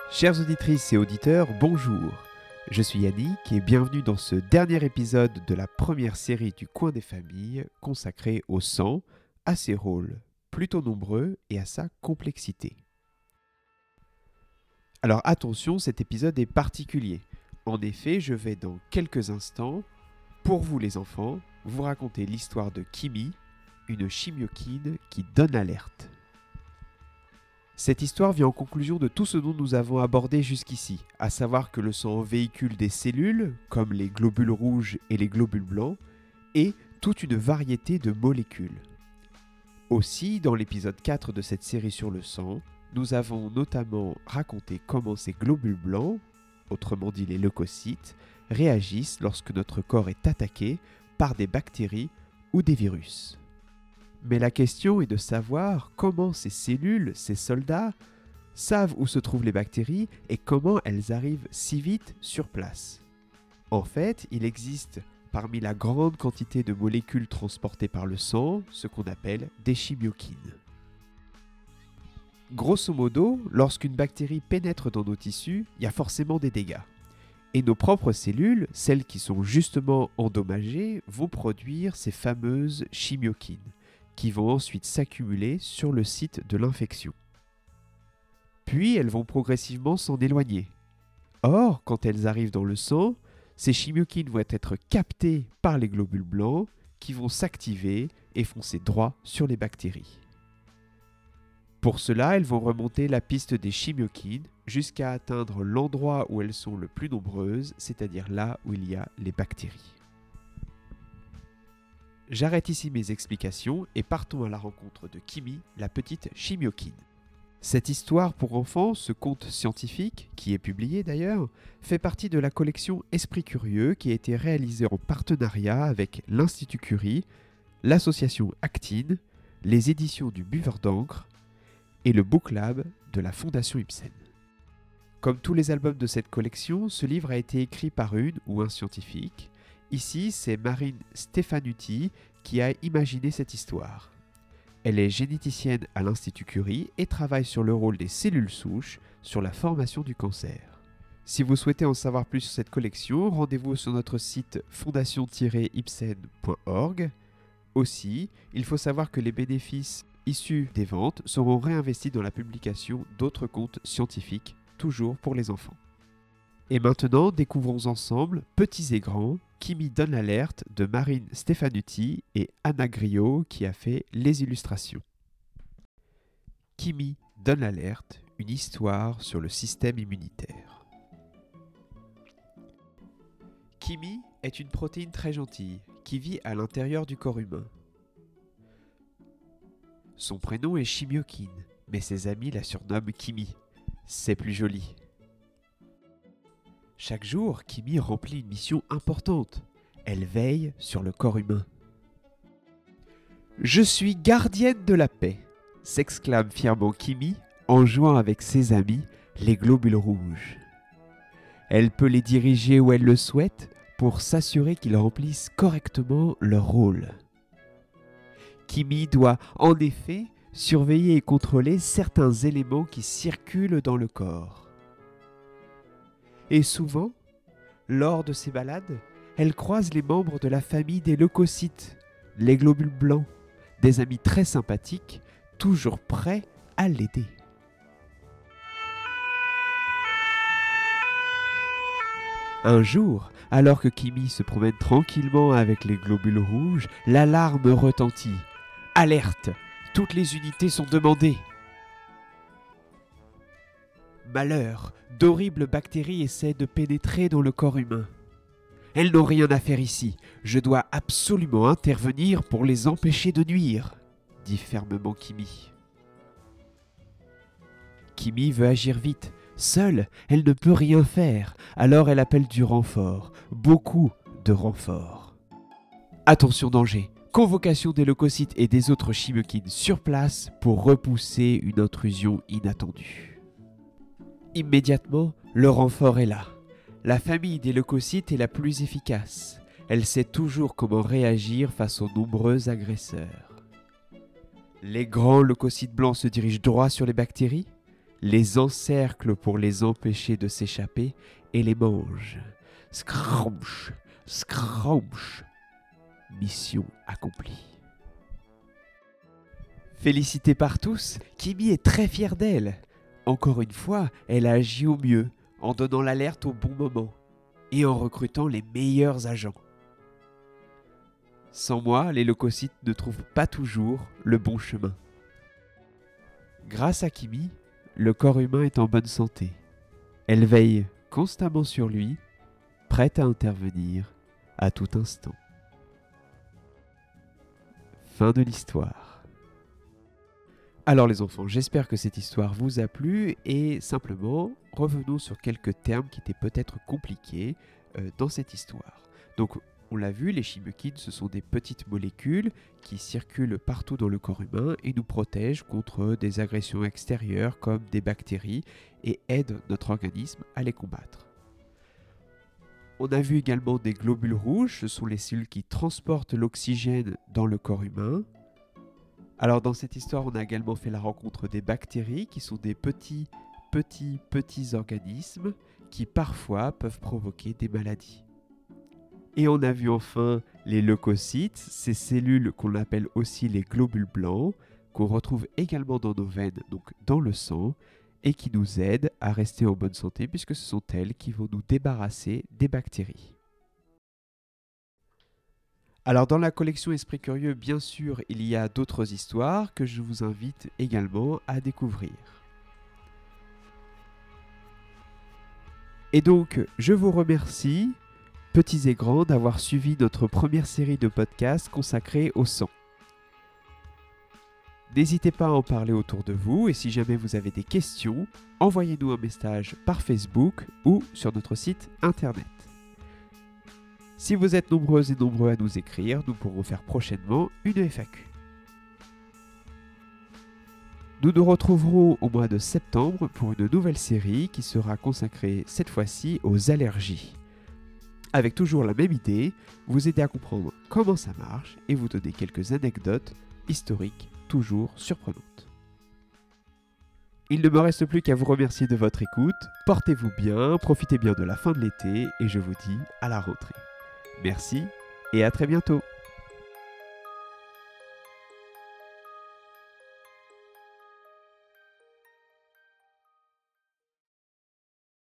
Chères auditrices et auditeurs, bonjour. Je suis Yannick et bienvenue dans ce dernier épisode de la première série du Coin des familles consacrée au sang, à ses rôles plutôt nombreux et à sa complexité. Alors attention, cet épisode est particulier. En effet, je vais dans quelques instants, pour vous les enfants, vous raconter l'histoire de Kimi, une chimiokine qui donne l'alerte. Cette histoire vient en conclusion de tout ce dont nous avons abordé jusqu'ici, à savoir que le sang véhicule des cellules, comme les globules rouges et les globules blancs, et toute une variété de molécules. Aussi, dans l'épisode 4 de cette série sur le sang, nous avons notamment raconté comment ces globules blancs, autrement dit les leucocytes, réagissent lorsque notre corps est attaqué par des bactéries ou des virus. Mais la question est de savoir comment ces cellules, ces soldats, savent où se trouvent les bactéries et comment elles arrivent si vite sur place. En fait, il existe parmi la grande quantité de molécules transportées par le sang, ce qu'on appelle des chimiokines. Grosso modo, lorsqu'une bactérie pénètre dans nos tissus, il y a forcément des dégâts. Et nos propres cellules, celles qui sont justement endommagées, vont produire ces fameuses chimiokines, qui vont ensuite s'accumuler sur le site de l'infection. Puis elles vont progressivement s'en éloigner. Or, quand elles arrivent dans le sang, ces chimiokines vont être captées par les globules blancs qui vont s'activer et foncer droit sur les bactéries. Pour cela, elles vont remonter la piste des chimiokines jusqu'à atteindre l'endroit où elles sont le plus nombreuses, c'est-à-dire là où il y a les bactéries. J'arrête ici mes explications et partons à la rencontre de Kimi, la petite chimiokine. Cette histoire pour enfants, ce conte scientifique, qui est publié d'ailleurs, fait partie de la collection Esprit Curieux qui a été réalisée en partenariat avec l'Institut Curie, l'association Actine, les éditions du Buveur d'encre et le Book Lab de la Fondation Ibsen. Comme tous les albums de cette collection, ce livre a été écrit par une ou un scientifique. Ici, c'est Marine Stefanutti qui a imaginé cette histoire. Elle est généticienne à l'Institut Curie et travaille sur le rôle des cellules souches sur la formation du cancer. Si vous souhaitez en savoir plus sur cette collection, rendez-vous sur notre site fondation-ibsen.org. Aussi, il faut savoir que les bénéfices issus des ventes seront réinvestis dans la publication d'autres contes scientifiques, toujours pour les enfants. Et maintenant, découvrons ensemble, petits et grands, Kimi donne l'alerte de Marine Stefanutti et Anna Griot qui a fait les illustrations. Kimi donne l'alerte, une histoire sur le système immunitaire. Kimi est une protéine très gentille qui vit à l'intérieur du corps humain. Son prénom est chimiokine, mais ses amis la surnomment Kimi. C'est plus joli. Chaque jour, Kimi remplit une mission importante. Elle veille sur le corps humain. « Je suis gardienne de la paix !» s'exclame fièrement Kimi en jouant avec ses amis, les globules rouges. Elle peut les diriger où elle le souhaite pour s'assurer qu'ils remplissent correctement leur rôle. Kimi doit en effet surveiller et contrôler certains éléments qui circulent dans le corps. Et souvent, lors de ces balades, elle croise les membres de la famille des leucocytes, les globules blancs, des amis très sympathiques, toujours prêts à l'aider. Un jour, alors que Kimi se promène tranquillement avec les globules rouges, l'alarme retentit. Alerte! Toutes les unités sont demandées. Malheur, d'horribles bactéries essaient de pénétrer dans le corps humain. Elles n'ont rien à faire ici. Je dois absolument intervenir pour les empêcher de nuire, dit fermement Kimi. Kimi veut agir vite. Seule, elle ne peut rien faire. Alors elle appelle du renfort. Beaucoup de renfort. Attention danger. Convocation des leucocytes et des autres chimiokines sur place pour repousser une intrusion inattendue. Immédiatement, le renfort est là. La famille des leucocytes est la plus efficace. Elle sait toujours comment réagir face aux nombreux agresseurs. Les grands leucocytes blancs se dirigent droit sur les bactéries. les encercle pour les empêcher de s'échapper et les mange. Scrunch, scrunch. Mission accomplie. Félicitée par tous, Kimi est très fière d'elle. Encore une fois, elle a agi au mieux, en donnant l'alerte au bon moment et en recrutant les meilleurs agents. Sans moi, les leucocytes ne trouvent pas toujours le bon chemin. Grâce à Kimi, le corps humain est en bonne santé. Elle veille constamment sur lui, prête à intervenir à tout instant. Fin de l'histoire. Alors les enfants, j'espère que cette histoire vous a plu et simplement revenons sur quelques termes qui étaient peut-être compliqués dans cette histoire. Donc on l'a vu, les chimiokines ce sont des petites molécules qui circulent partout dans le corps humain et nous protègent contre des agressions extérieures comme des bactéries et aident notre organisme à les combattre. On a vu également des globules rouges, ce sont les cellules qui transportent l'oxygène dans le corps humain. Alors dans cette histoire, on a également fait la rencontre des bactéries qui sont des petits organismes qui parfois peuvent provoquer des maladies. Et on a vu enfin les leucocytes, ces cellules qu'on appelle aussi les globules blancs, qu'on retrouve également dans nos veines, donc dans le sang, et qui nous aident à rester en bonne santé puisque ce sont elles qui vont nous débarrasser des bactéries. Alors dans la collection Esprit Curieux, bien sûr, il y a d'autres histoires que je vous invite également à découvrir. Et donc, je vous remercie, petits et grands, d'avoir suivi notre première série de podcasts consacrée au sang. N'hésitez pas à en parler autour de vous et si jamais vous avez des questions, envoyez-nous un message par Facebook ou sur notre site internet. Si vous êtes nombreuses et nombreux à nous écrire, nous pourrons faire prochainement une FAQ. Nous nous retrouverons au mois de septembre pour une nouvelle série qui sera consacrée cette fois-ci aux allergies. Avec toujours la même idée, vous aider à comprendre comment ça marche et vous donner quelques anecdotes historiques toujours surprenantes. Il ne me reste plus qu'à vous remercier de votre écoute, portez-vous bien, profitez bien de la fin de l'été et je vous dis à la rentrée. Merci et à très bientôt.